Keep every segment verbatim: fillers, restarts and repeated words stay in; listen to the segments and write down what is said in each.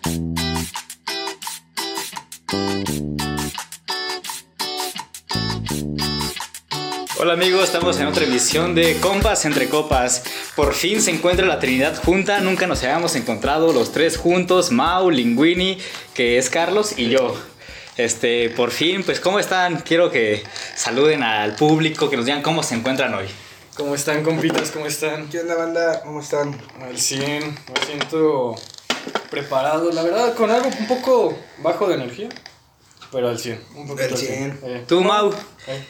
Hola amigos, estamos en otra emisión de Compas entre Copas. Por fin se encuentra la Trinidad junta, nunca nos habíamos encontrado los tres juntos, Mau, Linguini, que es Carlos, y yo. Este, por fin, pues ¿cómo están? Quiero que saluden al público, que nos digan cómo se encuentran hoy. ¿Cómo están, compitas? ¿Cómo están? ¿Qué onda, banda? ¿Cómo están? Al cien, me siento preparado, la verdad, con algo un poco bajo de energía, pero al cien, un poquito Al cien. Eh. ¿Tú, Mau? Eh.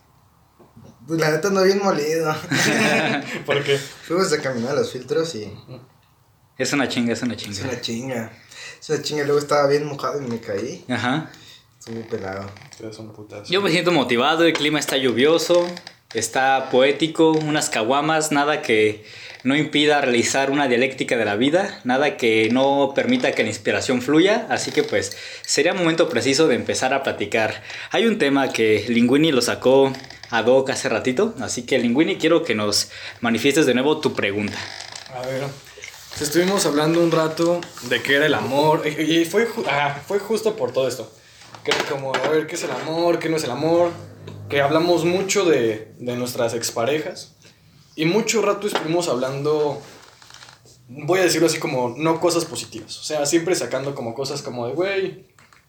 Pues la neta ando bien molido. ¿Por qué? Fuimos a caminar a los filtros y Es una chinga, es una es chinga. una chinga. Es una chinga, luego estaba bien mojado y me caí. Ajá. Estuve pelado. Ustedes son putas. Yo me siento motivado, el clima está lluvioso, está poético, unas caguamas, nada que no impida realizar una dialéctica de la vida, nada que no permita que la inspiración fluya, así que pues sería momento preciso de empezar a platicar. Hay un tema que Linguini lo sacó ad hoc hace ratito, así que Linguini, quiero que nos manifiestes de nuevo tu pregunta. A ver, estuvimos hablando un rato de qué era el amor, y fue, ju- ah, fue justo por todo esto. Que era como, a ver, ¿qué es el amor? ¿Qué no es el amor? Que hablamos mucho de, de nuestras exparejas. Y mucho rato estuvimos hablando, voy a decirlo así como, no cosas positivas. O sea, siempre sacando como cosas como de, güey,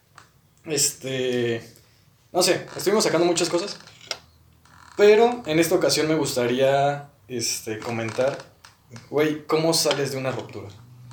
este, no sé, estuvimos sacando muchas cosas. Pero en esta ocasión me gustaría, este, comentar, güey, ¿cómo sales de una ruptura?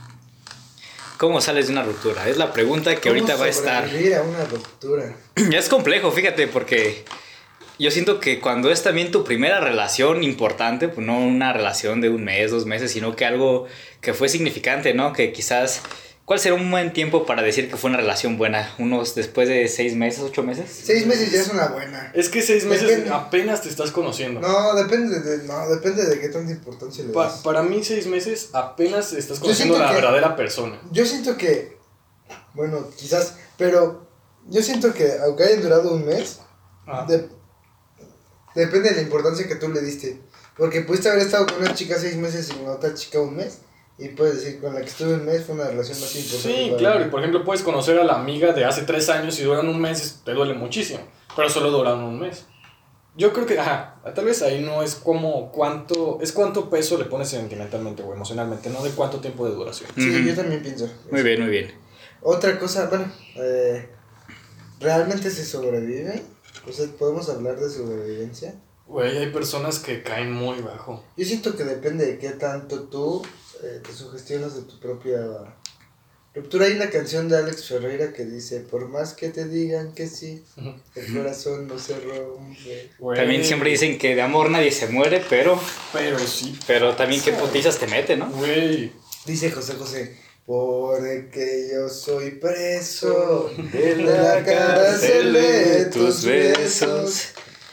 ¿Cómo sales de una ruptura? Es la pregunta que ¿Cómo ahorita va a estar. sobrevivir a una ruptura? Es complejo, fíjate, porque yo siento que cuando es también tu primera relación importante, pues no una relación de un mes, dos meses, sino que algo que fue significante, ¿no? Que quizás, ¿cuál será un buen tiempo para decir que fue una relación buena? ¿Unos después de seis meses, ocho meses? Seis meses ya es una buena. Es que seis meses Depende. apenas te estás conociendo. No, depende de, no, depende de qué tanta importancia le Pa- das. para mí seis meses apenas estás Yo conociendo siento a la que- verdadera persona. Yo siento que, bueno, quizás, pero yo siento que aunque hayan durado un mes, Ah. de- depende de la importancia que tú le diste. Porque pudiste haber estado con una chica seis meses y con otra chica un mes. Y puedes decir, con la que estuve un mes fue una relación más importante. Sí, para claro, mí. y por ejemplo puedes conocer a la amiga de hace tres años y duran un mes, te duele muchísimo, pero solo duran un mes. Yo creo que, ajá, tal vez ahí no es como cuánto, es cuánto peso le pones sentimentalmente o emocionalmente, no de cuánto tiempo de duración. Sí, Ujú. yo también pienso. Muy bien, muy bien. Otra cosa, bueno, eh, ¿realmente se sobrevive? O sea, ¿podemos hablar de sobrevivencia? Güey, hay personas que caen muy bajo. Yo siento que depende de qué tanto tú eh, te sugestionas de tu propia ruptura. Hay una canción de Alex Ferreira que dice, por más que te digan que sí, Ujú. el corazón no se rompe. Güey, También siempre dicen que de amor nadie se muere, pero, Pero sí, pero también qué putizas te mete, ¿no? güey. Dice José José, porque yo soy preso de la cárcel de tus besos.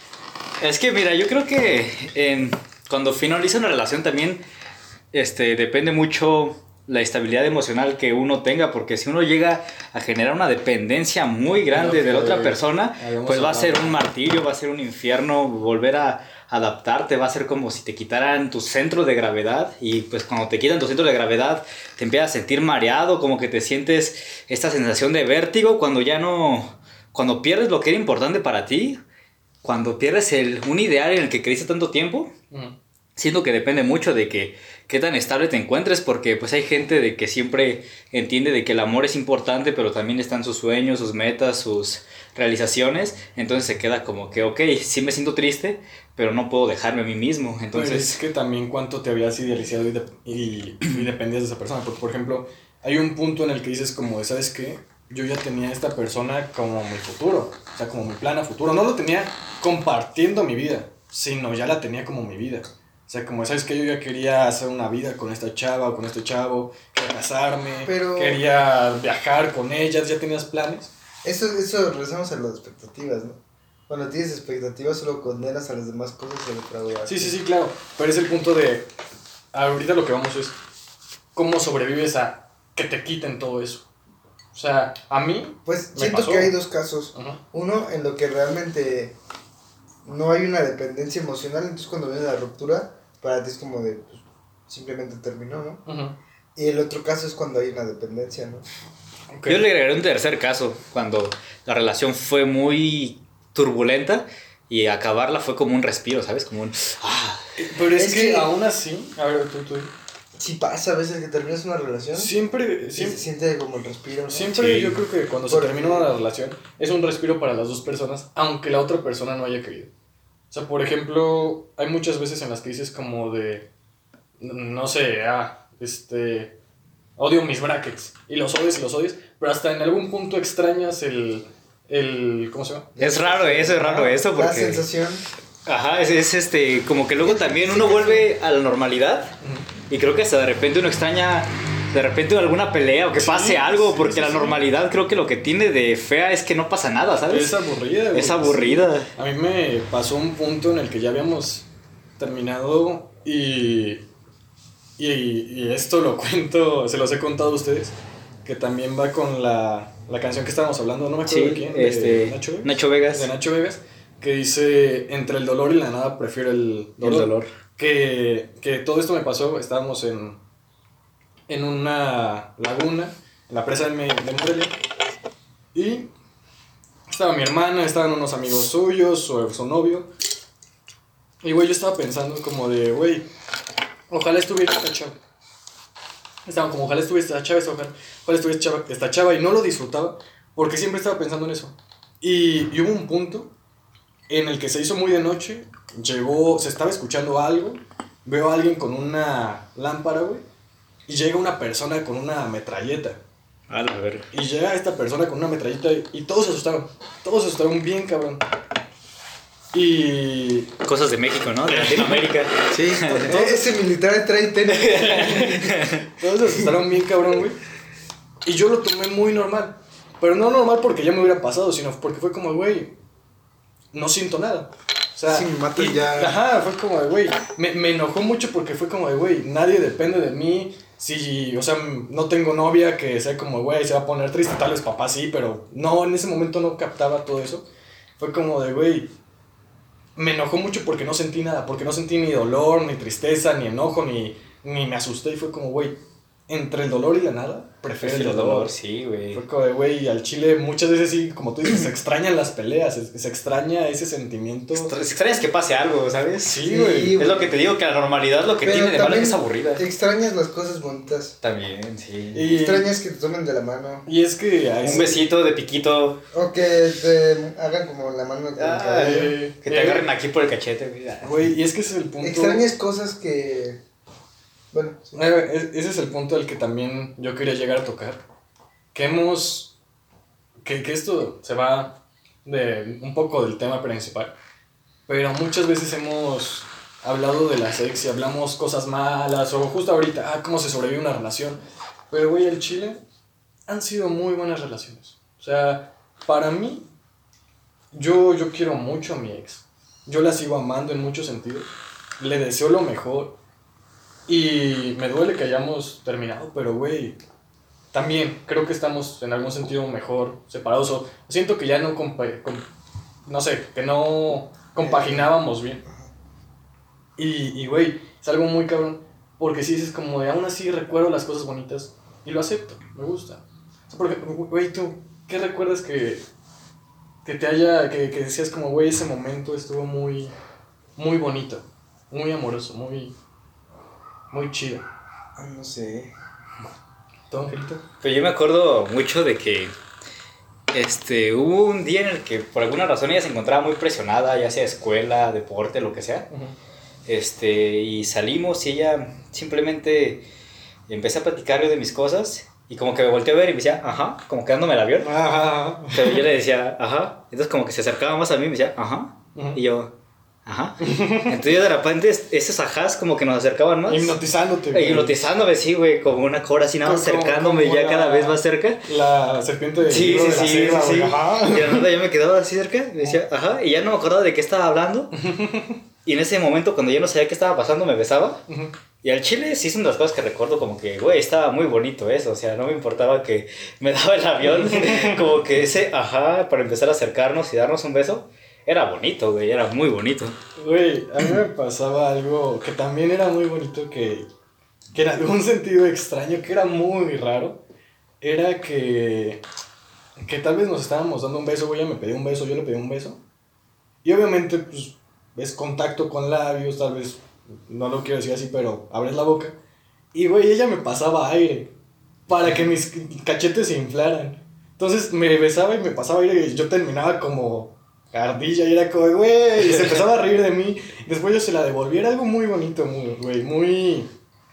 Es que mira, yo creo que em, cuando finaliza una relación también este, depende mucho la estabilidad emocional que uno tenga, porque si uno llega a generar una dependencia muy grande de la otra persona, Habíamos pues va a hablado. ser un martirio, va a ser un infierno volver a adaptarte, va a ser como si te quitaran tu centro de gravedad, y pues cuando te quitan tu centro de gravedad te empiezas a sentir mareado, como que te sientes esta sensación de vértigo cuando ya no, cuando pierdes lo que era importante para ti, cuando pierdes el, un ideal en el que creíste tanto tiempo. Ujú. Siento que depende mucho de que qué tan estable te encuentres, porque pues hay gente de que siempre entiende de que el amor es importante, pero también están sus sueños, sus metas, sus realizaciones, entonces se queda como que, ok, sí me siento triste, pero no puedo dejarme a mí mismo, Pero entonces... es que también cuánto te habías idealizado y, de- y, y dependías de esa persona. Porque, por ejemplo, hay un punto en el que dices como, de, ¿sabes qué? Yo ya tenía a esta persona como mi futuro, o sea, como mi plan a futuro. No lo tenía compartiendo mi vida, sino ya la tenía como mi vida. O sea, como, ¿sabes qué? Yo ya quería hacer una vida con esta chava o con este chavo, quería casarme, Pero- quería viajar con ellas, ¿ya tenías planes? Eso, eso, regresamos a las expectativas, ¿no? Cuando tienes expectativas solo condenas a las demás cosas y defraudas. Sí, sí, sí, claro. Pero es el punto de, ahorita lo que vamos es, ¿cómo sobrevives a que te quiten todo eso? O sea, a mí... Pues Me siento pasó. que hay dos casos. Ajá. Uno, en lo que realmente no hay una dependencia emocional, entonces cuando viene la ruptura, para ti es como de, pues, simplemente terminó, ¿no? Ujú. Y el otro caso es cuando hay una dependencia, ¿no? Okay. Yo le agregaré un tercer caso, cuando la relación fue muy turbulenta y acabarla fue como un respiro, ¿sabes? Como un... Ah. Pero es, es que, que aún así... A ver, tú, tú. Sí pasa a veces que terminas una relación. Siempre... siempre se siente como el respiro, ¿no? Siempre sí. Yo creo que cuando Porque... se termina una relación es un respiro para las dos personas, aunque la otra persona no haya querido. O sea, por ejemplo, hay muchas veces en las que dices como de... No sé, ah, este... Odio mis brackets. Y los odias y los odias. Pero hasta en algún punto extrañas el... el ¿cómo se llama? Es raro eso, es raro eso porque... La sensación... Ajá, es, es este... Como que luego también uno vuelve a la normalidad. Uh-huh. Y creo que hasta de repente uno extraña... De repente alguna pelea o que sí, pase algo. Porque sí, sí, la normalidad sí. creo que lo que tiene de fea es que no pasa nada, ¿sabes? Es aburrida. Güey. Es aburrida. A mí me pasó un punto en el que ya habíamos terminado y... Y, y esto lo cuento, se los he contado a ustedes, que también va con la, la canción que estábamos hablando, no me acuerdo sí, de quién, este, de Nacho Vegas, Nacho Vegas. De Nacho Vegas, que dice, entre el dolor y la nada prefiero el dolor. El dolor. Que, que todo esto me pasó, estábamos en, en una laguna, en la presa de, de Morelia, y estaba mi hermana, estaban unos amigos suyos, su, su novio, y güey, yo estaba pensando como de, güey, ojalá estuviera esta chava. Estaba como, ojalá estuviera esta chava, ojalá, ojalá estuviera esta chava, esta chava, y no lo disfrutaba porque siempre estaba pensando en eso. Y, y hubo un punto en el que se hizo muy de noche, llegó, se estaba escuchando algo, veo a alguien con una lámpara, güey, y llega una persona con una metralleta. A la verga. Y llega esta persona con una metralleta y, y todos se asustaron, todos se asustaron bien, cabrón. Y... Cosas de México, ¿no? De Latinoamérica. Sí, todos ese militar trae tenis. Todos se asustaron bien, cabrón, güey. Y yo lo tomé muy normal. Pero no normal porque ya me hubiera pasado, sino porque fue como, güey, no siento nada. O sea, sí, me matan y, ya. Ajá, fue como de, güey, me, me enojó mucho porque fue como de, güey, nadie depende de mí. Si, o sea, no tengo novia que sea como, güey, se va a poner triste, tal vez papá sí, pero no, en ese momento no captaba todo eso. Fue como de, güey, me enojó mucho porque no sentí nada, porque no sentí ni dolor, ni tristeza, ni enojo, ni, ni me asusté. Y fue como, güey, entre el dolor y la nada, prefiero el dolor. dolor. Sí, güey. Fue como de, güey, al chile muchas veces sí, como tú dices, se extrañan las peleas, se, se extraña ese sentimiento. Se extrañas que pase algo, ¿sabes? Sí, güey. Sí, es lo que te digo, que la normalidad lo que Pero tiene de malo es que es aburrida. Te extrañas las cosas bonitas. También, sí. Y extrañas que te tomen de la mano. Y es que... Un ese... besito de piquito. O que te hagan como la mano. Ah, eh, que te eh, agarren aquí por el cachete, güey. Güey, y es que ese es el punto... Extrañas cosas que... Bueno, sí. Ese es el punto al que también yo quería llegar a tocar. Que hemos... Que, que esto se va de un poco del tema principal. Pero muchas veces hemos hablado de la sex y hablamos cosas malas. O justo ahorita, ah, cómo se sobrevive una relación. Pero, güey, el Chile han sido muy buenas relaciones. O sea, para mí, yo, yo quiero mucho a mi ex. Yo la sigo amando en muchos sentidos. Le deseo lo mejor. Y me duele que hayamos terminado, pero güey, también creo que estamos en algún sentido mejor separados. O siento que ya no, compa- com- no sé, que no compaginábamos bien. Y, y güey, es algo muy cabrón, porque sí, es como de aún así recuerdo las cosas bonitas y lo acepto, me gusta. O sea, porque, güey, tú, ¿qué recuerdas que, que te haya, que, que decías como, güey, ese momento estuvo muy, muy bonito, muy amoroso, muy... Muy chido. Ah, no sé. ¿Todo, Angelito? Pero yo me acuerdo mucho de que este, hubo un día en el que por alguna razón ella se encontraba muy presionada, ya sea escuela, deporte, lo que sea. Uh-huh. Este, y salimos y ella simplemente empecé a platicarle de mis cosas y como que me volteó a ver y me decía, ajá, como que dándome el avión. Ajá. Pero yo le decía, ajá. Entonces como que se acercaba más a mí y me decía, ajá. Uh-huh. Y yo... Ajá. Entonces de repente esos ajás como que nos acercaban más. Hipnotizándote, güey. Hipnotizándome, sí, güey, como una cobra así nada más acercándome como, como ya la, cada vez más cerca. La serpiente de sí, sí, de sí, selva, sí, sí. Ajá. Y de nada yo me quedaba así cerca, me decía, ajá, y ya no me acordaba de qué estaba hablando. Y en ese momento cuando yo no sabía qué estaba pasando me besaba. Uh-huh. Y al chile sí son las cosas que recuerdo como que, güey, estaba muy bonito eso, o sea, no me importaba que me daba el avión, como que ese ajá para empezar a acercarnos y darnos un beso. Era bonito, güey, era muy bonito. Güey, a mí me pasaba algo que también era muy bonito, que, que en algún sentido extraño, que era muy raro. era que, que tal vez nos estábamos dando un beso, güey, ella me pedía un beso, yo le pedí un beso. Y obviamente, pues, ves contacto con labios, tal vez, no lo quiero decir así, pero abres la boca. Y, güey, ella me pasaba aire para que mis cachetes se inflaran. Entonces me besaba y me pasaba aire y yo terminaba como ardilla y era como, güey, y se empezaba a reír de mí. Después yo se la devolví, era algo muy bonito, muy, güey, muy...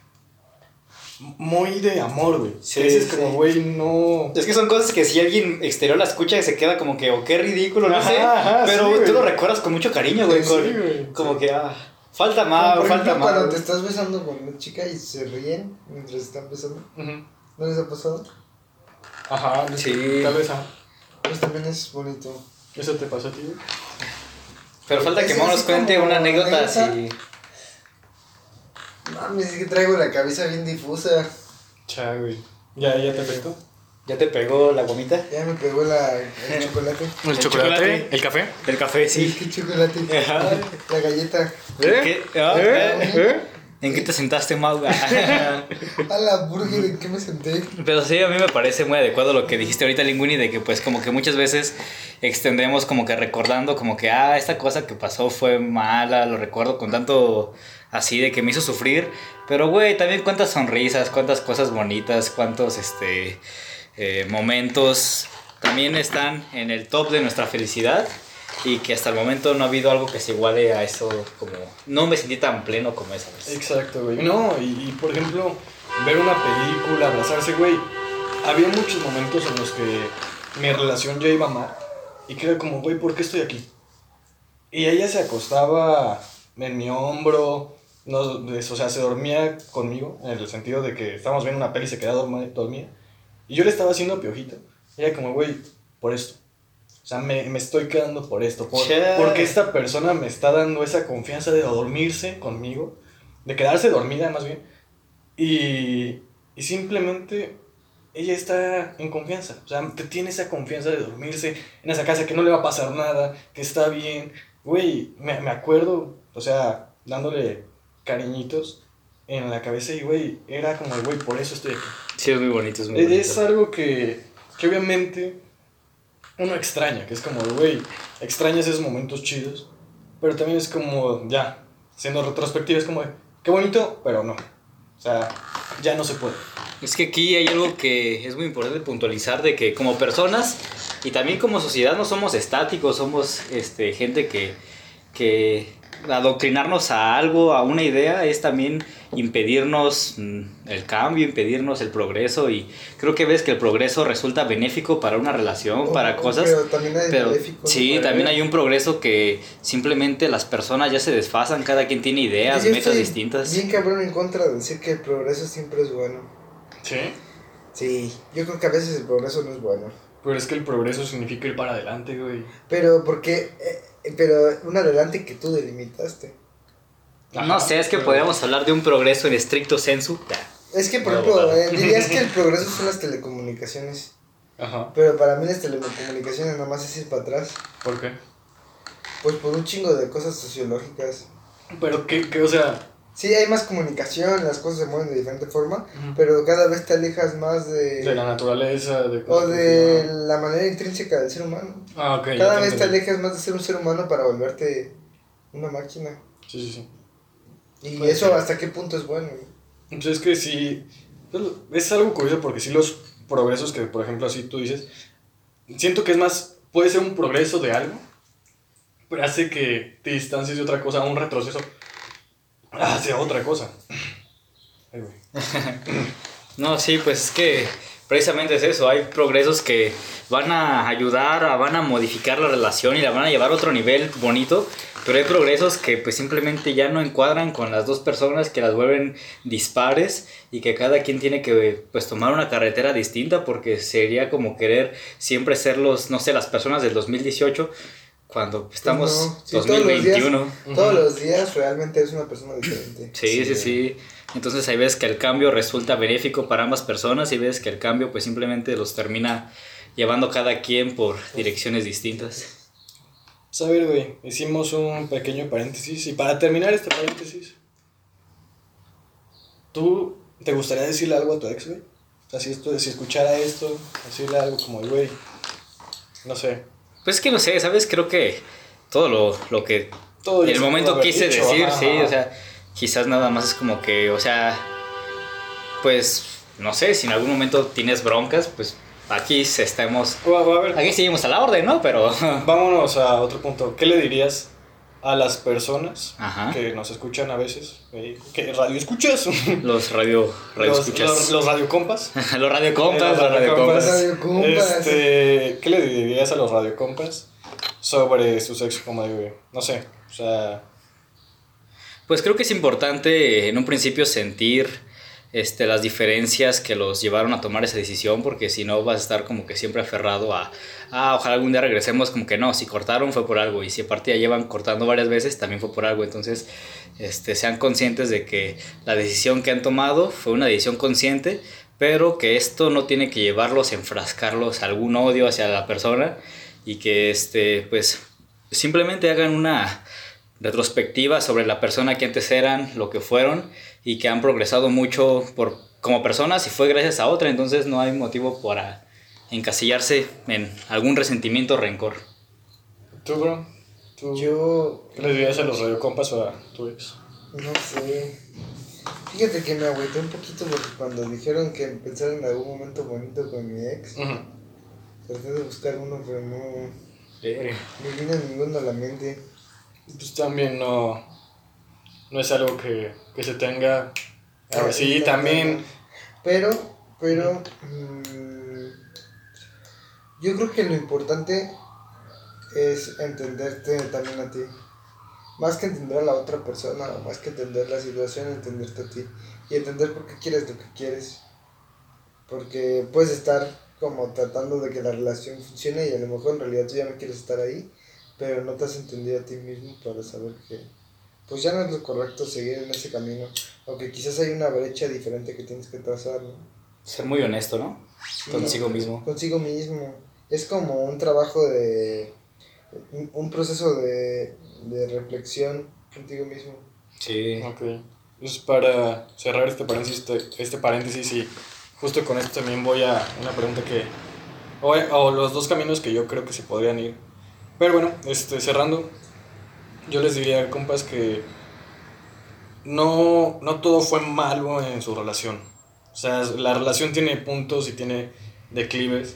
Muy de amor, güey. Sí, Ese es sí. como, güey, no... Es que son cosas que si alguien exterior la escucha y se queda como que, oh, qué ridículo, no Ajá, sé. ajá, pero sí, tú güey. lo recuerdas con mucho cariño, güey. Sí, con- güey. Como que, ah, falta más, Por falta ejemplo, más. cuando te estás besando con una chica y se ríen mientras están besando, Ujú. ¿no les ha pasado? Ajá, Sí. tal vez, ajá. Pues también es bonito. ¿Eso te pasó a ti, güey? Pero falta que Es Mau nos así cuente como una anécdota anécdota. así. Mames, es que traigo la cabeza bien difusa. Cha, güey. ¿Ya, ya te afectó? ¿Ya te pegó la gomita? Ya me pegó la, el chocolate. ¿El, chocolate? ¿El café? El café, sí. ¿Qué chocolate? Ajá. La galleta. ¿Qué? Ah, ¿Eh? ¿Eh? ¿En qué te sentaste, Mau? A la burger, ¿en qué me senté? Pero sí, a mí me parece muy adecuado lo que dijiste ahorita, Linguini, de que pues como que muchas veces extendemos como que recordando como que, ah, esta cosa que pasó fue mala, lo recuerdo con tanto así de que me hizo sufrir. Pero, güey, también cuántas sonrisas, cuántas cosas bonitas, cuántos, este, eh, momentos también están en el top de nuestra felicidad. Y que hasta el momento no ha habido algo que se iguale a eso, como... No me sentí tan pleno como esa vez. Exacto, güey. No, y, y por ejemplo, ver una película, abrazarse, güey. Había muchos momentos en los que mi relación ya iba mal. Y que era como, güey, ¿por qué estoy aquí? Y ella se acostaba en mi hombro, no, o sea, se dormía conmigo, en el sentido de que estábamos viendo una peli y se quedaba dormida, dormida. Y yo le estaba haciendo piojito. Y era como, güey, por esto. O sea, me, me estoy quedando por esto. Por, Che. porque esta persona me está dando esa confianza de dormirse conmigo. De quedarse dormida, más bien. Y, y simplemente ella está en confianza. O sea, te tiene esa confianza de dormirse en esa casa, que no le va a pasar nada, que está bien. Güey, me, me acuerdo, o sea, dándole cariñitos en la cabeza. Y, güey, era como, güey, por eso estoy aquí. Sí, es muy bonito, es muy bonito. Es algo que, que obviamente uno extraña, que es como, güey, extrañas esos momentos chidos, pero también es como, ya, siendo retrospectiva, es como, qué bonito, pero no. O sea, ya no se puede. Es que aquí hay algo que es muy importante puntualizar, de que como personas y también como sociedad no somos estáticos, somos este, gente que, que adoctrinarnos a algo, a una idea, es también impedirnos mm, el cambio, impedirnos el progreso, y creo que ves que el progreso resulta benéfico para una relación, Oh, para cosas. Pero también hay Pero maléfico, ¿no? sí, Para también ver. hay un progreso que simplemente las personas ya se desfasan, cada quien tiene ideas, Yo metas estoy distintas. bien cabrón en contra de decir que el progreso siempre es bueno. Sí. Sí, yo creo que a veces el progreso no es bueno. Pero es que el progreso significa ir para adelante, güey. Pero porque, eh, pero un adelante que tú delimitaste. No sé, es que pero- podríamos hablar de un progreso en estricto sensu. Es que, por No, ejemplo, ojalá. eh, dirías que el progreso son las telecomunicaciones. Ajá. Pero para mí las telecomunicaciones nada más es ir para atrás. ¿Por qué? Pues por un chingo de cosas sociológicas. Pero que, que o sea... Sí, hay más comunicación, las cosas se mueven de diferente forma, Ujú. pero cada vez te alejas más de... De la naturaleza, de... o de la manera intrínseca del ser humano. Ah, ok. ya Cada te vez te entendí. alejas más de ser un ser humano para volverte una máquina. Sí, sí, sí. Y Puede eso ser. hasta qué punto es bueno. Entonces es que sí, es algo curioso porque sí los progresos que, por ejemplo, así tú dices, siento que es más, puede ser un progreso de algo, pero hace que te distancies de otra cosa, un retroceso hacia otra cosa. Ay, güey. No, sí, pues es que precisamente es eso, hay progresos que van a ayudar, a- van a modificar la relación y la van a llevar a otro nivel bonito, pero hay progresos que pues simplemente ya no encuadran con las dos personas, que las vuelven dispares y que cada quien tiene que pues tomar una carretera distinta, porque sería como querer siempre ser los, no sé, las personas del dos mil dieciocho cuando estamos No, sí, dos mil veintiuno. Todos los días, todos los días realmente eres una persona diferente. Sí, sí, sí. Entonces ahí ves que el cambio resulta benéfico para ambas personas y ves que el cambio pues simplemente los termina llevando cada quien por direcciones distintas. Pues a ver, güey, hicimos un pequeño paréntesis y para terminar este paréntesis, ¿tú te gustaría decirle algo a tu ex, güey? O sea, si, esto, si escuchara esto, decirle algo como, güey, no sé. Pues es que no sé, ¿sabes? Creo que todo lo, lo que Todo en el eso momento pudo haber quise dicho, decir, ajá, sí, ajá. o sea, quizás nada más es como que, o sea, pues, no sé, si en algún momento tienes broncas, pues aquí se estamos, O, o a ver, aquí seguimos a la orden, ¿no? Pero, vámonos a otro punto. ¿Qué le dirías a las personas Ajá. que nos escuchan a veces? eh, ¿Qué radio escuchas? los radio, radio los, escuchas, los, los radiocompas. los radiocompas, Eh, los radiocompas. Radiocompas. Este, ¿qué le dirías a los radiocompas sobre su sexo como de, no sé, o sea, Pues creo que es importante en un principio sentir este, las diferencias que los llevaron a tomar esa decisión, porque si no vas a estar como que siempre aferrado a, ah, ojalá algún día regresemos, como que no, si cortaron fue por algo, y si aparte ya llevan cortando varias veces, también fue por algo. Entonces este, sean conscientes de que la decisión que han tomado fue una decisión consciente, pero que esto no tiene que llevarlos a enfrascarlos a algún odio hacia la persona, y que este, pues simplemente hagan una retrospectiva sobre la persona que antes eran, lo que fueron, y que han progresado mucho por, como personas, y fue gracias a otra. Entonces no hay motivo para encasillarse en algún resentimiento o rencor. tú, bro, tú, Yo. ¿qué le dirías a los radiocompas o a tu ex? No sé. Fíjate que me agüité un poquito porque cuando dijeron que pensaron en algún momento bonito con mi ex, Uh-huh. traté de buscar uno, pero no. Eh, Me vino ninguno a la mente. Pues también no, no es algo que, que se tenga. A ver, sí, No, también. no, no. Pero, pero. mmm, yo creo que lo importante es entenderte también a ti. Más que entender a la otra persona, o más que entender la situación, entenderte a ti. Y entender por qué quieres lo que quieres. Porque puedes estar como tratando de que la relación funcione y a lo mejor en realidad tú ya no quieres estar ahí, pero no te has entendido a ti mismo para saber que pues ya no es lo correcto seguir en ese camino. O que quizás hay una brecha diferente que tienes que trazar, ¿no? ser muy honesto, ¿no? Sí, Consigo mismo. Consigo mismo. Es como un trabajo de... un, un proceso de, de reflexión contigo mismo. Sí. Ok. Pues para cerrar este paréntesis, este paréntesis y justo con esto también voy a una pregunta que... O, o los dos caminos que yo creo que se podrían ir. Pero bueno, este, cerrando, yo les diría, compas, que no, no todo fue malo en su relación. O sea, la relación tiene puntos y tiene declives.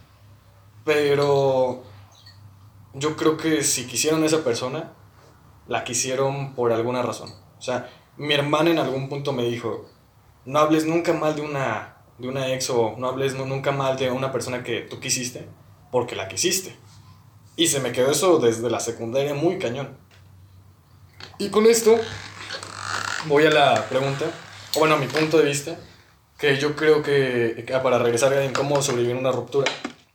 Pero yo creo que si quisieron a esa persona, la quisieron por alguna razón. O sea, mi hermana en algún punto me dijo, no hables nunca mal de una, de una ex o no hables nunca mal de una persona que tú quisiste, porque la quisiste. Y se me quedó eso desde la secundaria muy cañón. Y con esto voy a la pregunta, o bueno, a mi punto de vista, que yo creo que, que para regresar en cómo sobrevivir a una ruptura,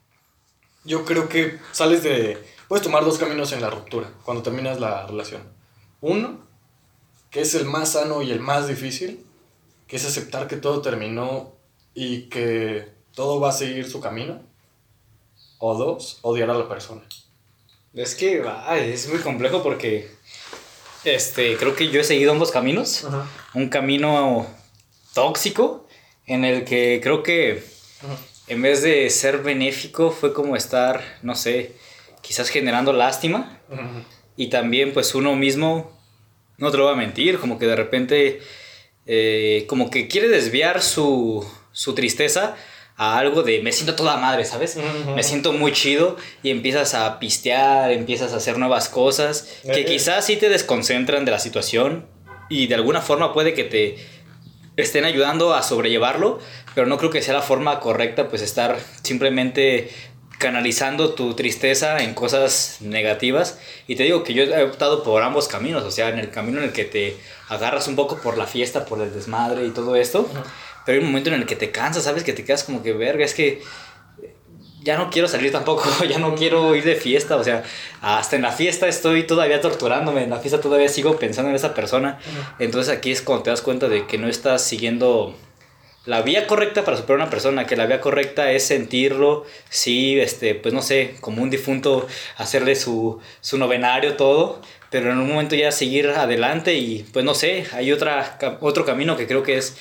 yo creo que sales de... Puedes tomar dos caminos en la ruptura, cuando terminas la relación. Uno, que es el más sano y el más difícil, que es aceptar que todo terminó y que todo va a seguir su camino. O dos, odiar a la persona. Es que ay, es muy complejo porque este, creo que yo he seguido ambos caminos. Ajá. Un camino tóxico en el que creo que Ajá. en vez de ser benéfico fue como estar, no sé, quizás generando lástima. Ajá. Y también pues uno mismo, no te lo voy a mentir, como que de repente eh, como que quiere desviar su, su tristeza a algo de me siento toda madre, ¿sabes? Uh-huh. Me siento muy chido y empiezas a pistear, empiezas a hacer nuevas cosas que Eh, quizás sí te desconcentran de la situación y de alguna forma puede que te estén ayudando a sobrellevarlo, pero no creo que sea la forma correcta pues estar simplemente canalizando tu tristeza en cosas negativas. Y te digo que yo he optado por ambos caminos, o sea, en el camino en el que te agarras un poco por la fiesta, por el desmadre y todo esto, uh-huh. Pero hay un momento en el que te cansas, ¿sabes? Que te quedas como que, verga, es que ya no quiero salir tampoco, ya no quiero ir de fiesta, o sea, hasta en la fiesta estoy todavía torturándome, en la fiesta todavía sigo pensando en esa persona. Uh-huh. Entonces aquí es cuando te das cuenta de que no estás siguiendo la vía correcta para superar a una persona, que la vía correcta es sentirlo, sí, este, pues no sé, como un difunto, hacerle su, su novenario, todo, pero en un momento ya seguir adelante y pues no sé, hay otra, otro camino que creo que es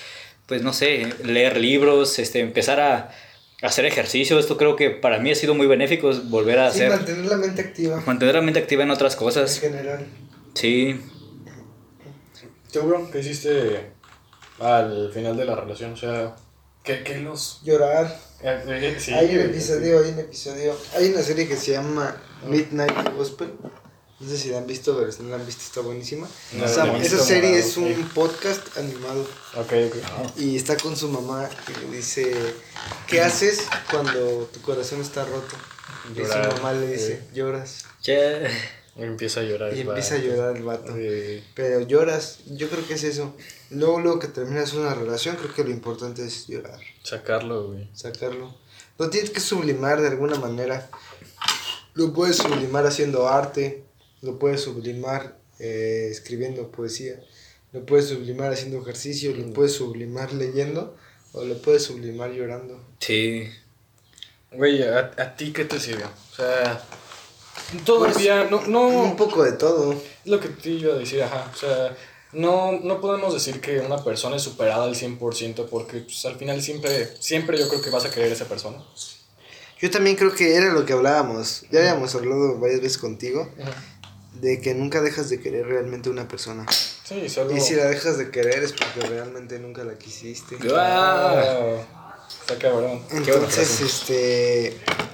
pues no sé, leer libros, este, empezar a hacer ejercicio. Esto creo que para mí ha sido muy benéfico, volver a Sí, hacer... mantener la mente activa. Mantener la mente activa en otras En cosas. general. Sí. ¿Seguro? ¿Qué hiciste al final de la relación? O sea, ¿qué, qué los...? Llorar. Eh, eh, sí, hay un eh, episodio, hay un episodio. Hay una serie que se llama Midnight Gospel. No sé si la han visto, pero si no la han visto está buenísima. No, O sea, no la he esa visto, serie morado, es un sí. podcast animado. Ok, ok. Y está con su mamá y le dice, ¿qué haces cuando tu corazón está roto? Llorar, y su mamá le dice, sí. lloras. Ya. Y empieza a llorar. Y el empieza a vato. llorar el vato. Sí. Pero lloras, yo creo que es eso. Luego, luego que terminas una relación, creo que lo importante es llorar, Sacarlo, güey. sacarlo. Lo tienes que sublimar de alguna manera. Lo puedes sublimar haciendo arte, lo puedes sublimar eh, escribiendo poesía, lo puedes sublimar haciendo ejercicio, lo puedes sublimar leyendo o lo puedes sublimar llorando. Sí. Güey, ¿a, ¿a ti qué te sirvió? O sea, todo Pues, el día, no, no, Un poco de todo. lo que te iba a decir, ajá, o sea, no, no podemos decir que una persona es superada al cien por ciento porque pues, al final siempre, siempre yo creo que vas a querer a esa persona. Yo también creo que era lo que hablábamos, ya habíamos hablado varias veces contigo, de que nunca dejas de querer realmente a una persona. Sí, solo... Y si la dejas de querer es porque realmente nunca la quisiste. Ah, está cabrón. Entonces, este...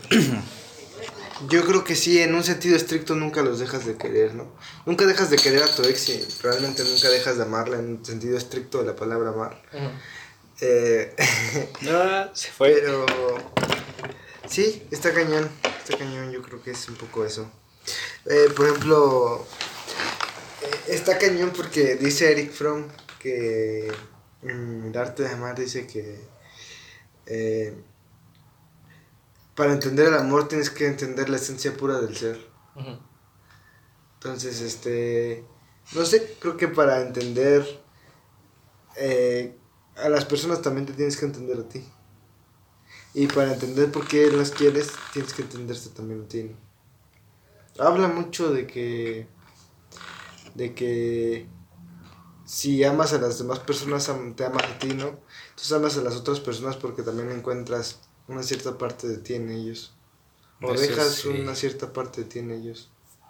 yo creo que sí, en un sentido estricto nunca los dejas de querer, ¿no? Nunca dejas de querer a tu ex y realmente nunca dejas de amarla en un sentido estricto de la palabra amar. Uh-huh. Eh, No, se fue. pero... sí, está cañón, está cañón, yo creo que es un poco eso. Eh, por ejemplo, eh, está cañón porque dice Eric Fromm que mm, el arte de amar dice que eh, para entender el amor tienes que entender la esencia pura del ser. Uh-huh. Entonces, este, no sé, creo que para entender eh, a las personas también te tienes que entender a ti. Y para entender por qué las quieres, tienes que entenderte también a ti, ¿no? Habla mucho de que de que si amas a las demás personas, te amas a ti, ¿no? Entonces amas a las otras personas porque también encuentras una cierta parte de ti en ellos. O Eso dejas sí. una cierta parte de ti en ellos.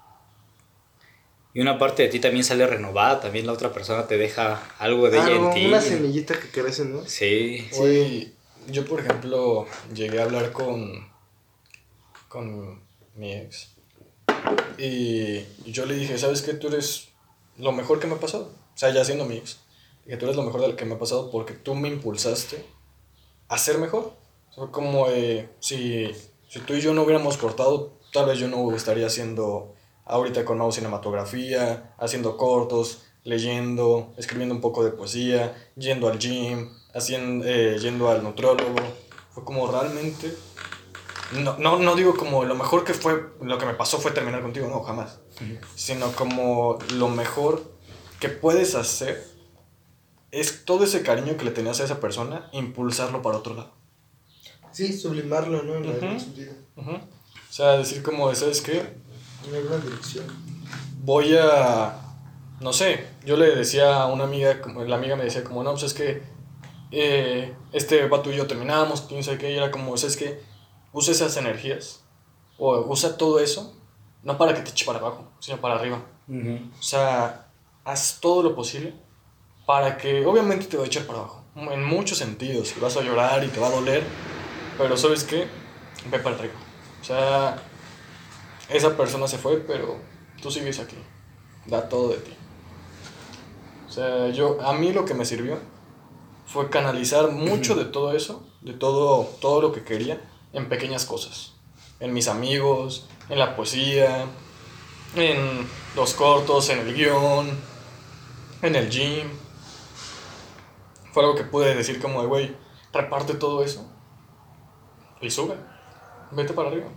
Y una parte de ti también sale renovada, también la otra persona te deja algo de ella Algo, en ti. una semillita que crece, ¿no? Sí. Güey, yo por ejemplo llegué a hablar con, con mi ex y yo le dije, ¿sabes qué? Tú eres lo mejor que me ha pasado. O sea, ya siendo mi ex, que tú eres lo mejor de lo que me ha pasado porque tú me impulsaste a ser mejor. O sea, como eh, si, si tú y yo no hubiéramos cortado, tal vez yo no estaría haciendo ahorita con Mau cinematografía, haciendo cortos, leyendo, escribiendo un poco de poesía, yendo al gym, haciendo, eh, yendo al nutriólogo. Fue como realmente... No, no, no digo como lo mejor que fue, lo que me pasó fue terminar contigo, no, jamás. Uh-huh. Sino como lo mejor que puedes hacer es todo ese cariño que le tenías a esa persona, impulsarlo para otro lado. Sí, sublimarlo, ¿no? En Uh-huh. algún sentido. Uh-huh. O sea, decir como, ¿sabes qué? En alguna dirección. Voy a... No sé, yo le decía a una amiga, la amiga me decía como, no, pues es que eh, este vato y yo terminamos, quién sabe qué, y era como, ¿sabes qué? Usa esas energías, o usa todo eso, no para que te eche para abajo, sino para arriba. Uh-huh. O sea, haz todo lo posible para que, obviamente te va a echar para abajo, en muchos sentidos, y vas a llorar y te va a doler, pero ¿sabes qué? Ve para arriba. O sea, esa persona se fue, pero tú sigues aquí, da todo de ti. O sea, yo, a mí lo que me sirvió fue canalizar mucho uh-huh. de todo eso, de todo, todo lo que quería, en pequeñas cosas, en mis amigos, en la poesía, en los cortos, en el guión, en el gym. Fue algo que pude decir como de, güey, reparte todo eso y sube, vete para arriba.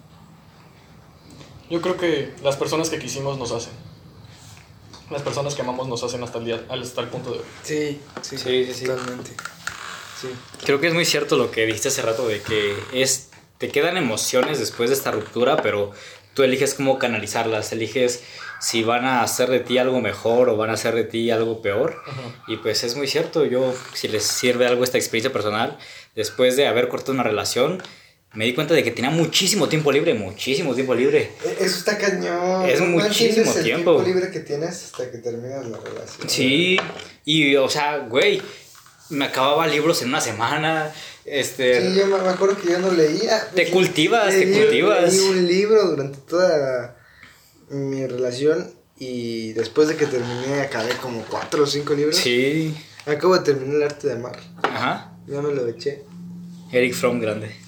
Yo creo que las personas que quisimos nos hacen. Las personas que amamos nos hacen hasta el día, hasta el punto de hoy. Sí, sí, sí, sí, sí. Totalmente. Sí. Creo que es muy cierto lo que dijiste hace rato de que es, te quedan emociones después de esta ruptura, pero tú eliges cómo canalizarlas, eliges si van a hacer de ti algo mejor o van a hacer de ti algo peor. Uh-huh. Y pues es muy cierto, yo, si les sirve algo esta experiencia personal, después de haber cortado una relación, me di cuenta de que tenía muchísimo tiempo libre, muchísimo tiempo libre. Eso está cañón. Es no muchísimo el tiempo. tiempo libre que tienes hasta que terminas la relación. Sí, y o sea, güey, me acababa libros en una semana. Este, sí, yo me acuerdo que yo no leía. Te cultivas, leí, te cultivas. Leí un libro durante toda mi relación y después de que terminé acabé como cuatro o cinco libros. Sí. Acabo de terminar El arte de amar. Ajá. Ya me lo eché. Eric Fromm grande.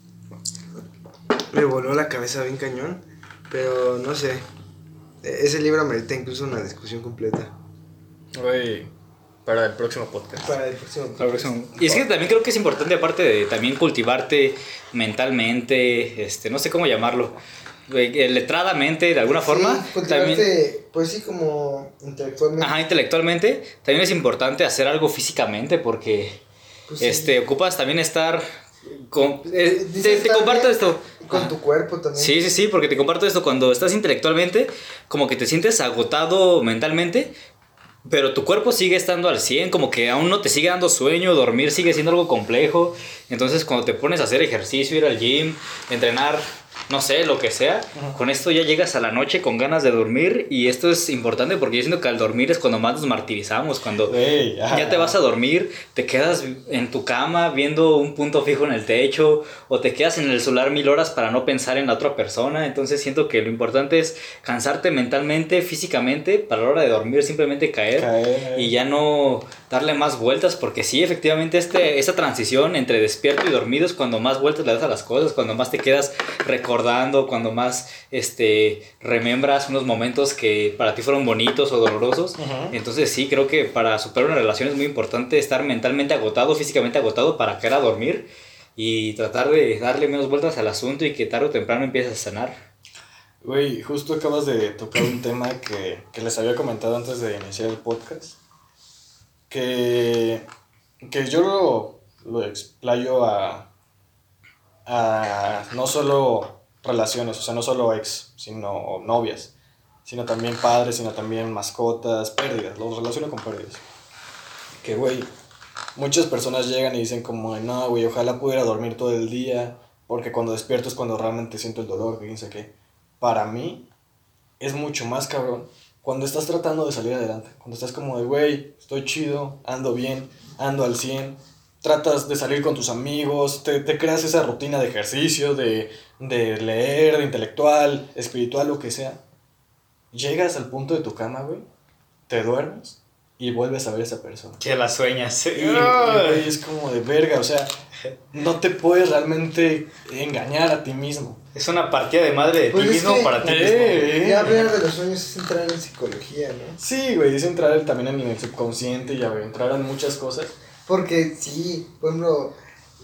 Me voló la cabeza bien cañón, pero no sé. Ese libro merita incluso una discusión completa. Güey, para el próximo podcast. Para el próximo podcast. Para el próximo. Y es que también creo que es importante, aparte de también cultivarte mentalmente, este, no sé cómo llamarlo, letradamente, de alguna sí, forma. cultivarte, también, pues sí, como intelectualmente. Ajá, intelectualmente. También es importante hacer algo físicamente porque pues sí. este, ocupas también estar... Con, eh, te, te comparto esto con tu cuerpo también. Sí, sí, sí, porque te comparto esto. Cuando estás intelectualmente, como que te sientes agotado mentalmente, pero tu cuerpo sigue estando al cien, como que aún no te sigue dando sueño, dormir sigue siendo algo complejo. Entonces cuando te pones a hacer ejercicio, ir al gym, entrenar, no sé, lo que sea, uh-huh. con esto ya llegas a la noche con ganas de dormir. Y esto es importante porque yo siento que al dormir es cuando más nos martirizamos. Cuando hey, ah, ya te vas a dormir, te quedas en tu cama viendo un punto fijo en el techo, o te quedas en el celular mil horas para no pensar en la otra persona. Entonces siento que lo importante es cansarte mentalmente, físicamente, para la hora de dormir simplemente caer, caer. Y ya no darle más vueltas, porque sí, efectivamente este, esta transición entre despierto y dormido es cuando más vueltas le das a las cosas, cuando más te quedas recordando, cuando más este, remembras unos momentos que para ti fueron bonitos o dolorosos. Uh-huh. Entonces sí, creo que para superar una relación es muy importante estar mentalmente agotado, físicamente agotado, para caer a dormir y tratar de darle menos vueltas al asunto y que tarde o temprano empieces a sanar. Güey, justo acabas de tocar un tema que, que les había comentado antes de iniciar el podcast, que, que yo lo, lo explayo a, a no solo relaciones, o sea, no solo ex, sino novias, sino también padres, sino también mascotas, pérdidas, lo relaciono con pérdidas. Que, güey, muchas personas llegan y dicen como, no, güey, ojalá pudiera dormir todo el día, porque cuando despierto es cuando realmente siento el dolor, que piensa que para mí es mucho más cabrón cuando estás tratando de salir adelante, cuando estás como de, güey, estoy chido, ando bien, ando al cien, tratas de salir con tus amigos, te, te creas esa rutina de ejercicio, de, de leer, de intelectual, espiritual, lo que sea. Llegas al punto de tu cama, güey, te duermes y vuelves a ver a esa persona. Que la sueñas. Y, y güey, es como de verga, o sea, no te puedes realmente engañar a ti mismo. Es una partida de madre de pues ti mismo para ti mismo. Eh, ya hablar de los sueños es entrar en psicología, ¿no? Sí, güey, es entrar también en el subconsciente, ya, güey, entrar en muchas cosas. Porque sí, por ejemplo,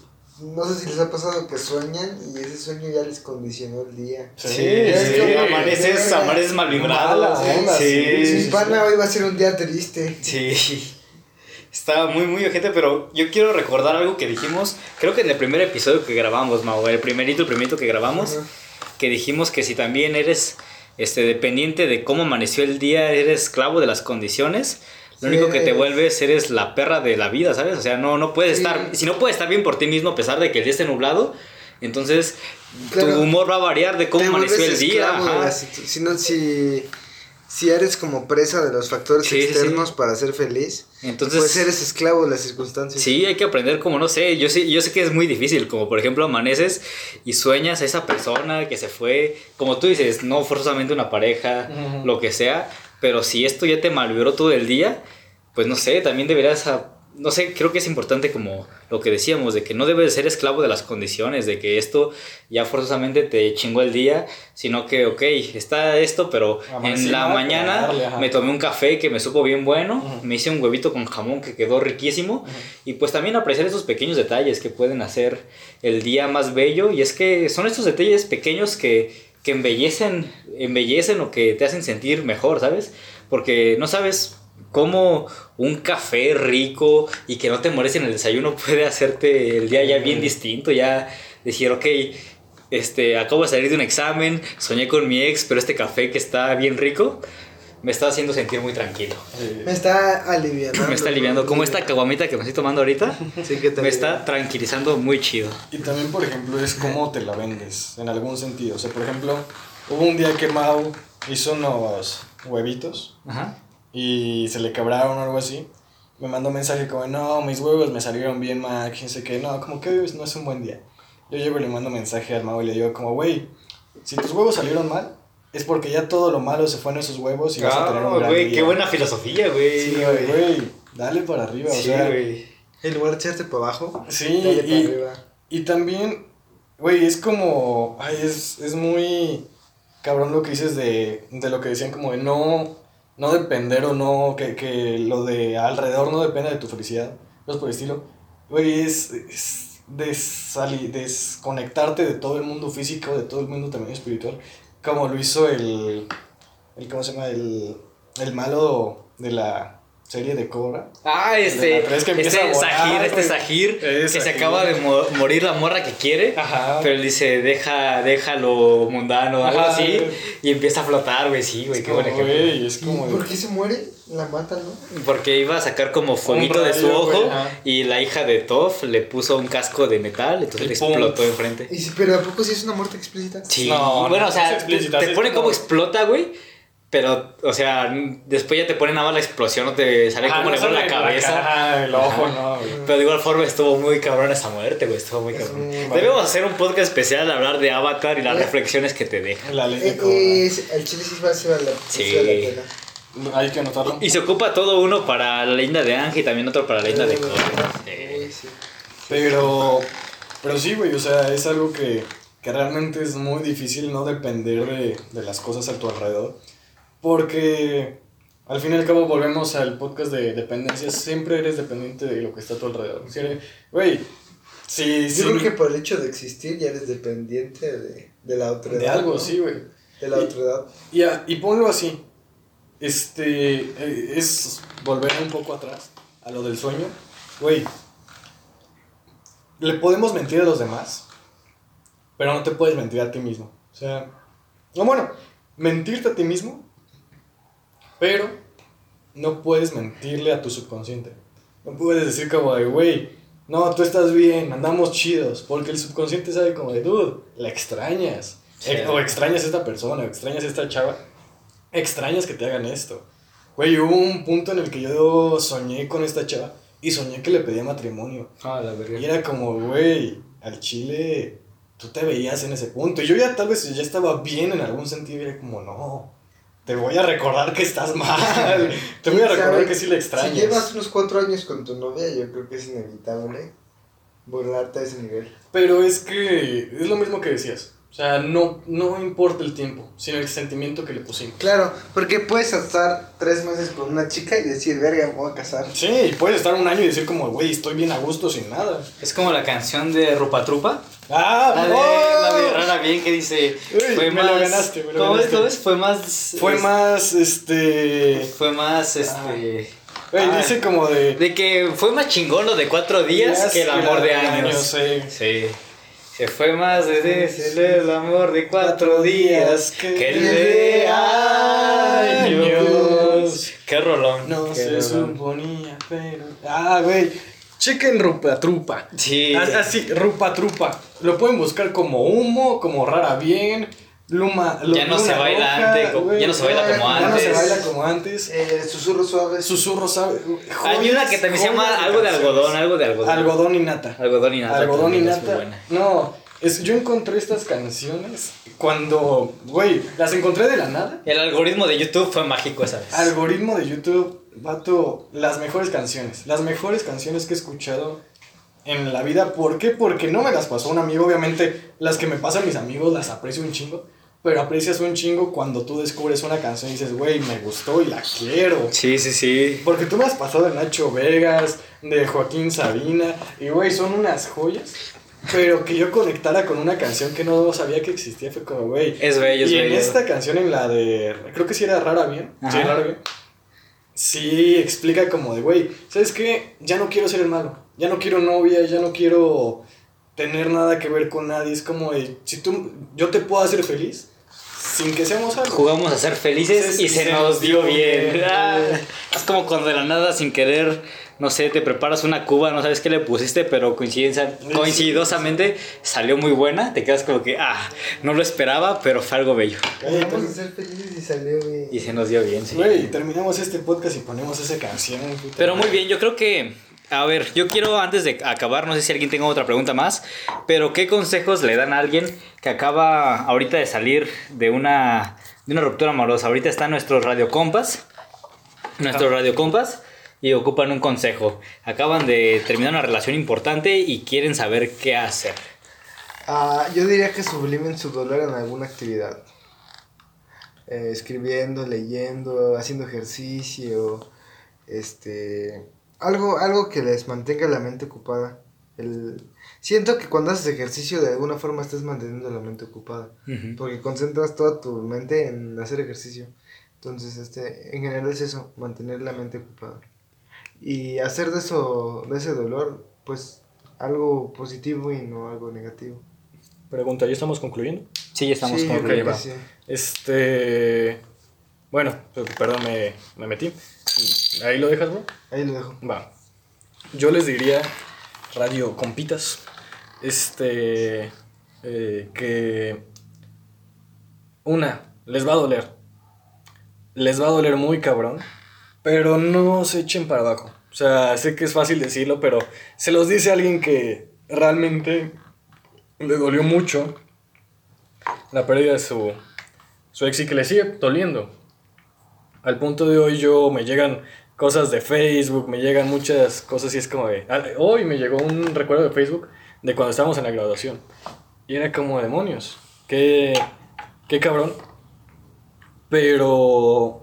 no sé si les ha pasado que sueñan y ese sueño ya les condicionó el día. Sí, sí, sí. Amaneces, amaneces mal vibrado. Sí, sí, sí. Mi pana hoy va a ser un día triste. Sí. Está muy, muy ojete, pero yo quiero recordar algo que dijimos, creo que en el primer episodio que grabamos, Mau, el primerito, el primerito que grabamos, uh-huh. que dijimos que si también eres este, dependiente de cómo amaneció el día, eres esclavo de las condiciones, lo sí. único que te vuelves, eres la perra de la vida, ¿sabes? O sea, no, no puedes sí. estar, si no puedes estar bien por ti mismo a pesar de que el día esté nublado, entonces claro, tu humor va a variar de cómo amaneció el día. Ajá. Si no, si... Si eres como presa de los factores sí, externos sí. para ser feliz, entonces, pues eres esclavo de las circunstancias. Sí, hay que aprender como, no sé, yo sé, yo sé que es muy difícil, como por ejemplo amaneces y sueñas a esa persona que se fue, como tú dices, no forzosamente una pareja, uh-huh. lo que sea, pero si esto ya te malvibró todo el día, pues no sé, también deberías... A, no sé, creo que es importante como lo que decíamos, de que no debes ser esclavo de las condiciones, de que esto ya forzosamente te chingó el día, sino que, ok, está esto, pero Amanecí en la mañana darle, me tomé un café que me supo bien bueno, uh-huh. me hice un huevito con jamón que quedó riquísimo, uh-huh. y pues también apreciar esos pequeños detalles que pueden hacer el día más bello, y es que son estos detalles pequeños que, que embellecen, embellecen o que te hacen sentir mejor, ¿sabes? Porque no sabes... cómo un café rico y que no te mueres en el desayuno puede hacerte el día ya bien distinto, ya decir, ok, este, acabo de salir de un examen, soñé con mi ex, pero este café que está bien rico me está haciendo sentir muy tranquilo. Sí. Me está aliviando. Me está aliviando. Como esta caguamita que me estoy tomando ahorita, Sí, que te me alivia. está tranquilizando muy chido. Y también, por ejemplo, es cómo te la vendes, en algún sentido. O sea, por ejemplo, hubo un día que Mau hizo unos huevitos Ajá. y se le quebraron o algo así. Me mandó un mensaje como, no, mis huevos me salieron bien, Mac, y no sé qué. No, como que hoy no es un buen día. Yo llego y le mando mensaje al Mau y le digo como, güey, si tus huevos salieron mal, es porque ya todo lo malo se fue en esos huevos y vas a tener un gran güey, día. qué buena filosofía, güey. Sí, güey, güey, dale para arriba, Sí, o sea. güey. En lugar de echarte para abajo, Sí, dale para y, arriba. y también, güey, es como, ay, es, es muy cabrón lo que dices de, de lo que decían como de no, no depender o no, que, que lo de alrededor no dependa de tu felicidad, cosas por el estilo. Güey, es, es desali- desconectarte de todo el mundo físico, de todo el mundo también espiritual, como lo hizo el, el ¿cómo se llama? El, el malo de la serie de Cobra. Ah, este, Es que empieza este a volar, Sahir, este güey. Sahir, que Es se Sahir. acaba de mo- morir la morra que quiere, Ajá. pero él dice, deja, deja lo mundano, algo Ajá. así, y empieza a flotar, güey, sí, güey, Es qué como, buen ejemplo. güey, es ¿Y como de- por qué se muere? La matan, ¿no? Porque iba a sacar como fueguito de su rayo, ojo, güey, ajá. y la hija de Toph le puso un casco de metal, entonces Y le pum. explotó enfrente. Y si- pero ¿a poco sí es una muerte explícita? Sí, No, bueno, no o sea, es te, explícita, te sí es pone como- como explota, güey. Pero, o sea, después ya te ponen nada más la explosión, no te sale Ajá, como no le vuelve la sale cabeza. cara, el ojo, Ajá. no, güey. Pero de igual forma estuvo muy cabrón esa muerte, güey. Estuvo muy Es cabrón. muy- Debemos hacer un podcast especial, hablar de Avatar y las Eh. reflexiones que te deja. La ley de Eh, Cobra. es- el chile sí va a ser la, Sí. sí vale la pena. Hay que anotarlo. Y se ocupa todo uno para la leyenda de Ángel y también otro para la leyenda de Eh, Korra. sí, sí. Pero, pero sí, güey, o sea, es algo que, que realmente es muy difícil no depender de, de las cosas a tu alrededor. Porque al fin y al cabo volvemos al podcast de dependencias. Siempre eres dependiente de lo que está a tu alrededor. Si eres- Güey, si, Yo si creo que por el hecho de existir ya eres dependiente de, de la otra edad. de algo, ¿no? sí, güey. De la Y- otra edad. Y, a- y ponlo así. Este eh, es volver un poco atrás a lo del sueño. Güey, le podemos mentir a los demás, pero no te puedes mentir a ti mismo. O sea, no, bueno, mentirte a ti mismo, pero no puedes mentirle a tu subconsciente. No puedes decir como de, güey, no, tú estás bien, andamos chidos, porque el subconsciente sabe como de, dude, la extrañas. Sí. Eh, O extrañas a esta persona, o extrañas a esta chava, extrañas que te hagan esto. Güey, hubo un punto en el que yo soñé con esta chava y soñé que le pedía matrimonio. Ah, la Y era como, güey, al chile, tú te veías en ese punto. Y yo ya tal vez ya estaba bien en algún sentido y era como, no, te voy a recordar que estás mal. Te voy a ¿Quién recordar sabe? que sí le extrañas. Si llevas unos cuatro años con tu novia, yo creo que es inevitable burlarte a ese nivel. Pero es que es lo mismo que decías. O sea, no, no importa el tiempo, sino el sentimiento que le pusimos. Claro, porque puedes estar tres meses con una chica y decir, verga, me voy a casar. Sí, y puedes estar un año y decir como, güey, estoy bien a gusto sin nada. Es como la canción de Rupa Trupa. ¡Ah! La de, ¡oh! la de Rara Bien que dice. Uy, fue me más. lo ganaste, me lo ¿Cómo es? ganaste. ¿Cómo es? Fue más. Fue es- más, este... Fue más, este. Güey, ah, dice como de... De que fue más chingón lo de cuatro días que el amor de años. sí. Sí. Se fue más de decirle el amor de cuatro días que el de años. Qué rolón. No qué se rolón. suponía, pero... Ah, güey. Chequen Rupa Trupa. Sí. Así, Rupa Trupa. Lo pueden buscar como Humo, como Rara Bien, Luma... Ya no Luna se baila Roja, antes, como- güey. ya no se baila como Ya no se antes. baila como antes. Eh, susurros suaves. Susurro, ¿sabe? Hay una que también se llama Joyas algo de canciones. algodón, algo de algodón. Algodón y nata. Algodón y nata. Algodón y también es muy nata. buena. No, es, yo encontré estas canciones cuando, güey, las encontré de la nada. El algoritmo de YouTube fue mágico esa vez. Algoritmo de YouTube, vato, las mejores canciones. Las mejores canciones que he escuchado en la vida. ¿Por qué? Porque no me las pasó un amigo. Obviamente, las que me pasan mis amigos las aprecio un chingo. Pero aprecias un chingo cuando tú descubres una canción y dices, güey, me gustó y la quiero. Sí, sí, sí. Porque tú me has pasado de Nacho Vegas, de Joaquín Sabina, y güey, son unas joyas. Pero que yo conectara con una canción que no sabía que existía fue como, güey. Es bello, es Y en bello. esta canción, en la de. Creo que sí era Rara Bien. Sí, Ajá. Rara Bien. Sí, explica como de, güey, ¿sabes qué? Ya no quiero ser el malo. Ya no quiero novia, ya no quiero tener nada que ver con nadie. Es como de, si tú, yo te puedo hacer feliz sin que seamos algo. Jugamos a ser felices Sí, y sí, se sí, nos dio bien. bien. Ah, es como cuando de la nada, sin querer, no sé, te preparas una cuba, no sabes qué le pusiste, pero coincidencia, coincidosamente salió muy buena. Te quedas como que, ah, no lo esperaba, pero fue algo bello. Jugamos a ser felices y salió bien. Y se nos dio bien, sí. Güey, terminamos este podcast y ponemos esa canción. Puta. Pero muy bien, yo creo que... A ver, yo quiero antes de acabar, no sé si alguien tenga otra pregunta más, pero ¿qué consejos le dan a alguien que acaba ahorita de salir de una, de una ruptura amorosa? Ahorita están nuestros radiocompas, nuestros Ah. radiocompas, y ocupan un consejo. Acaban de terminar una relación importante y quieren saber qué hacer. Ah, yo diría que sublimen su dolor en alguna actividad. Eh, escribiendo, leyendo, haciendo ejercicio, este... Algo, algo que les mantenga la mente ocupada. El... Siento que cuando haces ejercicio de alguna forma estás manteniendo la mente ocupada. Ujú. Porque concentras toda tu mente en hacer ejercicio. Entonces, este, en general es eso, mantener la mente ocupada. Y hacer de eso, de ese dolor, pues, algo positivo y no algo negativo. Pregunta, ¿ya estamos concluyendo? Sí, ya estamos Sí, con yo creo que va. sí. Este... Bueno, perdón, me, me metí. ¿Ahí lo dejas, bro? Ahí lo dejo. Va. Yo les diría, radio compitas, este, eh, que una, les va a doler. Les va a doler muy cabrón, pero no se echen para abajo. O sea, sé que es fácil decirlo, pero se los dice alguien que realmente le dolió mucho la pérdida de su, su ex y que le sigue doliendo. Al punto de hoy yo me llegan cosas de Facebook, me llegan muchas cosas y es como de... ah, Hoy me llegó un recuerdo de Facebook de cuando estábamos en la graduación. Y era como demonios. Qué, qué cabrón. Pero...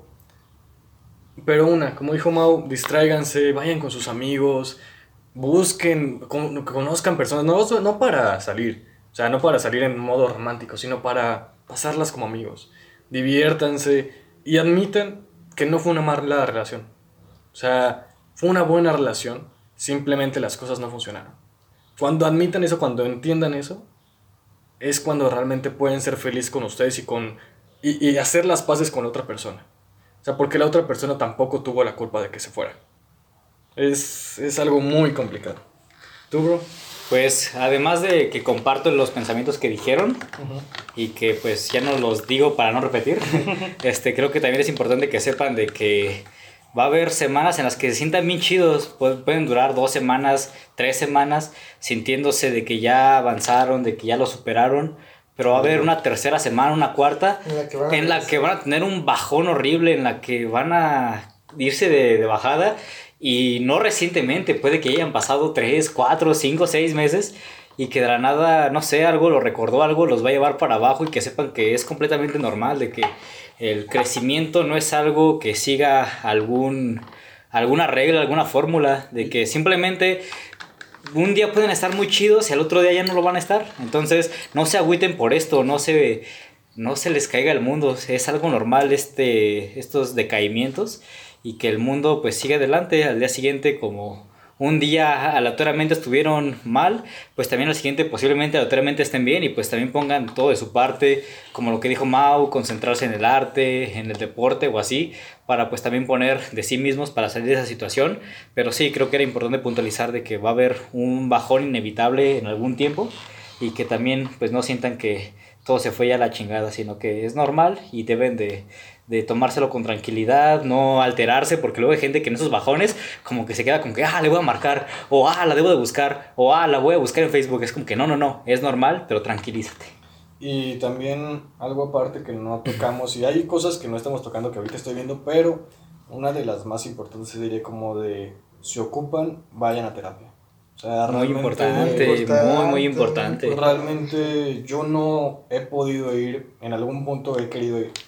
Pero una, como dijo Mau, distráiganse, vayan con sus amigos, busquen, con, conozcan personas, no, no para salir, o sea, no para salir en modo romántico, sino para pasarlas como amigos. Diviértanse y admitan que no fue una mala relación. O sea, fue una buena relación, simplemente las cosas no funcionaron. Cuando admitan eso, cuando entiendan eso, es cuando realmente pueden ser felices con ustedes y, con, y, y hacer las paces con la otra persona. O sea, porque la otra persona tampoco tuvo la culpa de que se fuera. Es, es algo muy complicado. ¿Tú, bro? Pues además de que comparto los pensamientos que dijeron, Uh-huh. y que pues ya no los digo para no repetir, este, creo que también es importante que sepan de que va a haber semanas en las que se sientan bien chidos, Pu- pueden durar dos semanas, tres semanas, sintiéndose de que ya avanzaron, de que ya lo superaron, pero va a haber una tercera semana, una cuarta, En la que van a, en la que van a tener un bajón horrible, en la que van a irse de, de bajada, y no recientemente, puede que hayan pasado tres, cuatro, cinco, seis meses, y que de la nada, no sé, algo lo recordó, algo los va a llevar para abajo, y que sepan que es completamente normal, de que el crecimiento no es algo que siga algún, alguna regla, alguna fórmula, de que simplemente un día pueden estar muy chidos y al otro día ya no lo van a estar. Entonces no se agüiten por esto, no se, no se les caiga el mundo, es algo normal este, estos decaimientos, y que el mundo pues sigue adelante. Al día siguiente, como un día aleatoriamente estuvieron mal, pues también al siguiente posiblemente aleatoriamente estén bien, y pues también pongan todo de su parte, como lo que dijo Mau, concentrarse en el arte, en el deporte o así, para pues también poner de sí mismos para salir de esa situación. Pero sí, creo que era importante puntualizar de que va a haber un bajón inevitable en algún tiempo, y que también pues no sientan que todo se fue ya a la chingada, sino que es normal y deben de, de tomárselo con tranquilidad, no alterarse, porque luego hay gente que en esos bajones como que se queda con que, ah, le voy a marcar, o ah, la debo de buscar, o ah, la voy a buscar en Facebook. Es como que no, no, no, es normal, pero tranquilízate. Y también algo aparte que no tocamos, y hay cosas que no estamos tocando que ahorita estoy viendo, pero una de las más importantes sería como de, si ocupan, vayan a terapia. O sea, Muy realmente, importante, importante, muy, muy importante. realmente yo no he podido ir, en algún punto he querido ir,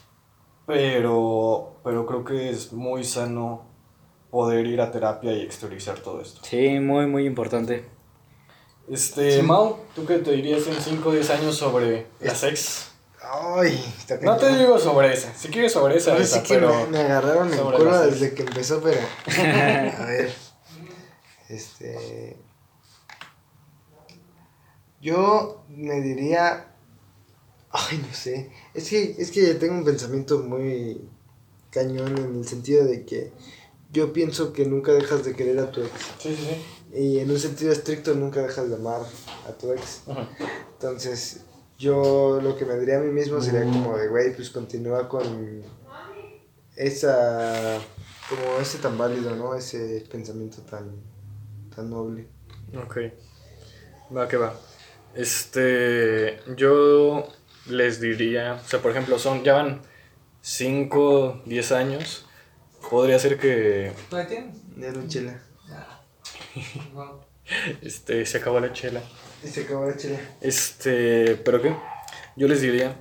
pero, pero creo que es muy sano poder ir a terapia y exteriorizar todo esto. Sí, muy, muy importante. Este, Sí. Mau, ¿tú qué te dirías en cinco o diez años sobre la sex? Ay, está No te cañón. digo sobre esa, si quieres sobre esa, Ahora esa, sí que pero... me, me agarraron en sobre curva las seis. desde que empezó, pero... A ver... Este... Yo me diría... Ay, no sé. Es que, es que tengo un pensamiento muy cañón en el sentido de que yo pienso que nunca dejas de querer a tu ex. Sí, sí, sí. Y en un sentido estricto nunca dejas de amar a tu ex. Ajá. Entonces, yo lo que me diría a mí mismo sería como de, güey, pues continúa con esa... Como ese tan válido, ¿no? Ese pensamiento tan, tan noble. Ok. Va que va. Este, yo les diría, o sea, por ejemplo, son, ya van cinco, diez años. Podría ser que, ¿No tienes? Ya no chela. No. este, se acabó la chela. Y se acabó la chela. Este, ¿pero qué? Yo les diría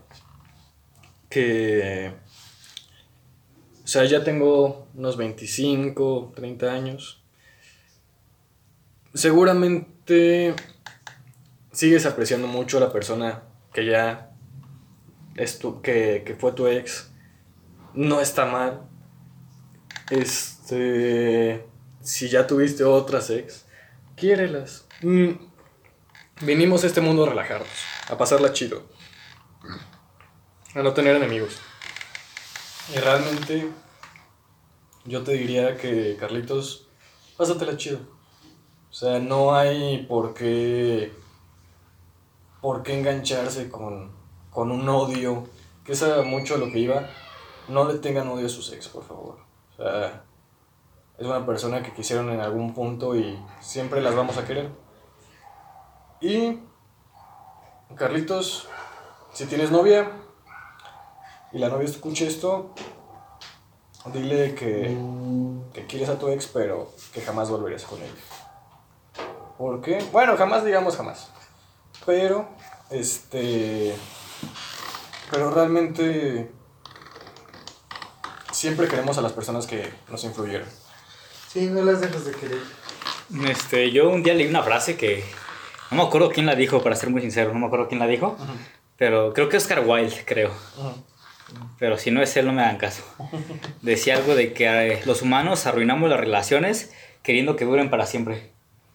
que, o sea, ya tengo unos veinticinco, treinta años. Seguramente sigues apreciando mucho a la persona que ya es tu, que, que fue tu ex. No está mal. Este, si ya tuviste otras ex, quiérelas. Mm, vinimos a este mundo a relajarnos, a pasarla chido, a no tener enemigos. Y realmente yo te diría que, Carlitos, pásatela chido. O sea, no hay por qué por qué engancharse con, con un odio, que es a mucho a lo que iba. No le tengan odio a sus ex, por favor. O sea, es una persona que quisieron en algún punto y siempre las vamos a querer. Y, Carlitos, si tienes novia y la novia escucha esto, dile que, que quieres a tu ex, pero que jamás volverías con ella. ¿Por qué? Bueno, jamás digamos jamás. Pero, este... Pero realmente siempre queremos a las personas que nos influyeron. Sí, no las dejas de querer. Este, yo un día leí una frase que no me acuerdo quién la dijo, para ser muy sincero, no me acuerdo quién la dijo, Uh-huh. pero creo que Oscar Wilde, creo. Uh-huh. Pero si no es él, no me hagan caso. Decía algo de que eh, los humanos arruinamos las relaciones queriendo que duren para siempre.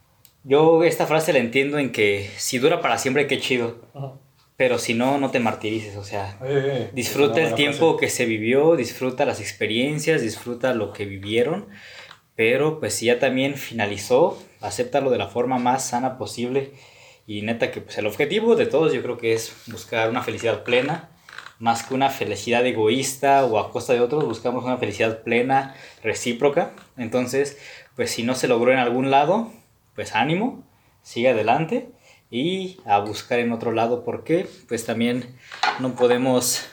Yo esta frase la entiendo en que si dura para siempre, qué chido. Uh-huh. Pero si no, no te martirices, o sea, Eh, disfruta es el una tiempo buena que se vivió, disfruta las experiencias, disfruta lo que vivieron, pero pues si ya también finalizó, acéptalo de la forma más sana posible y neta que pues el objetivo de todos yo creo que es buscar una felicidad plena, más que una felicidad egoísta o a costa de otros, buscamos una felicidad plena, recíproca. Entonces, pues si no se logró en algún lado, pues ánimo, sigue adelante. Y a buscar en otro lado, porque pues también no podemos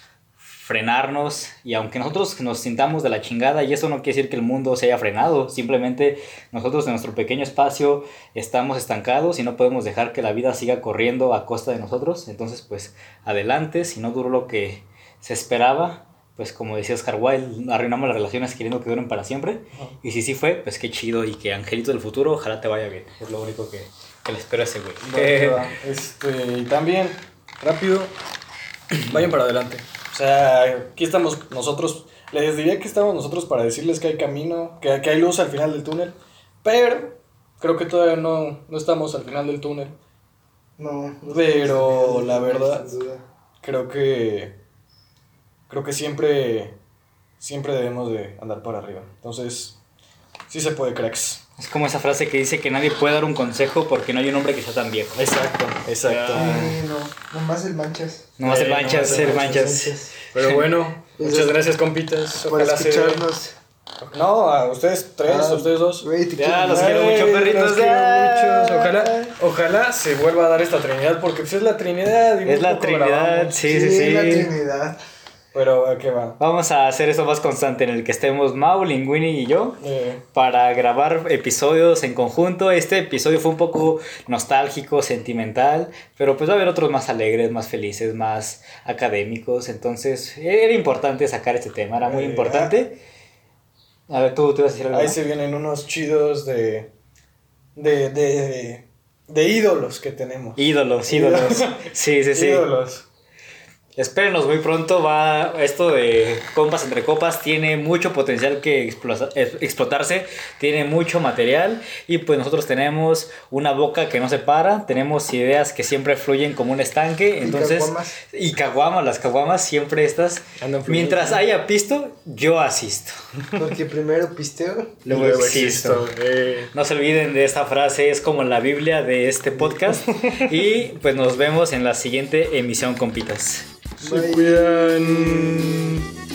frenarnos, y aunque nosotros nos sintamos de la chingada, y eso no quiere decir que el mundo se haya frenado, simplemente nosotros en nuestro pequeño espacio estamos estancados y no podemos dejar que la vida siga corriendo a costa de nosotros. Entonces pues adelante, si no duró lo que se esperaba, pues como decía Oscar Wilde, arruinamos las relaciones queriendo que duren para siempre. Uh-huh. Y si sí fue, pues qué chido, y que angelito del futuro, ojalá te vaya bien, es lo único que que le espero a ese güey. Bueno, este, y también, rápido, vayan para adelante. O sea, aquí estamos nosotros, les diría que estamos nosotros para decirles que hay camino, que, que hay luz al final del túnel, pero creo que todavía no, no estamos al final del túnel. No, no pero la verdad, sin duda. creo que, creo que siempre, siempre debemos de andar para arriba. Entonces, sí se puede, cracks. Es como esa frase que dice que nadie puede dar un consejo porque no hay un hombre que sea tan viejo. Exacto, exacto. Eh, no, nomás el manchas. Nomás el Eh, manchas, nomás el el manchas. manchas. Pero bueno, muchas gracias, compitas. Por Ojalá se- escucharnos. No, a ustedes tres, Ah, a ustedes dos. Güey, te Ya, quiero. los Ay, quiero mucho, perritos. los quiero Ya. muchos. Ojalá, ojalá se vuelva a dar esta Trinidad, porque pues es la Trinidad. y muy Es la poco Trinidad, grabamos. sí, sí, sí. la Trinidad. Pero, ¿a qué va? Vamos a hacer eso más constante en el que estemos Mau, Linguini y yo Eh, para grabar episodios en conjunto. Este episodio fue un poco nostálgico, sentimental, pero pues va a haber otros más alegres, más felices, más académicos. Entonces era importante sacar este tema, era muy Eh, importante. A ver, tú, tú vas a decir algo. ahí ¿no? se vienen unos chidos de, de, de, de, de ídolos que tenemos. Ídolos, ídolos. Sí, sí, sí. Ídolos. Espérenos muy pronto, va esto de compas entre copas, tiene mucho potencial que explo- eh, explotarse, tiene mucho material y pues nosotros tenemos una boca que no se para, tenemos ideas que siempre fluyen como un estanque, entonces... caguamas. Y caguamas, las caguamas siempre estas... Andan fluyendo. Mientras haya pisto, yo asisto. Porque primero pisteo. Luego Luego existo. existo, eh. No se olviden de esta frase, es como la Biblia de este podcast y pues nos vemos en la siguiente emisión, compitas. Se cuidan.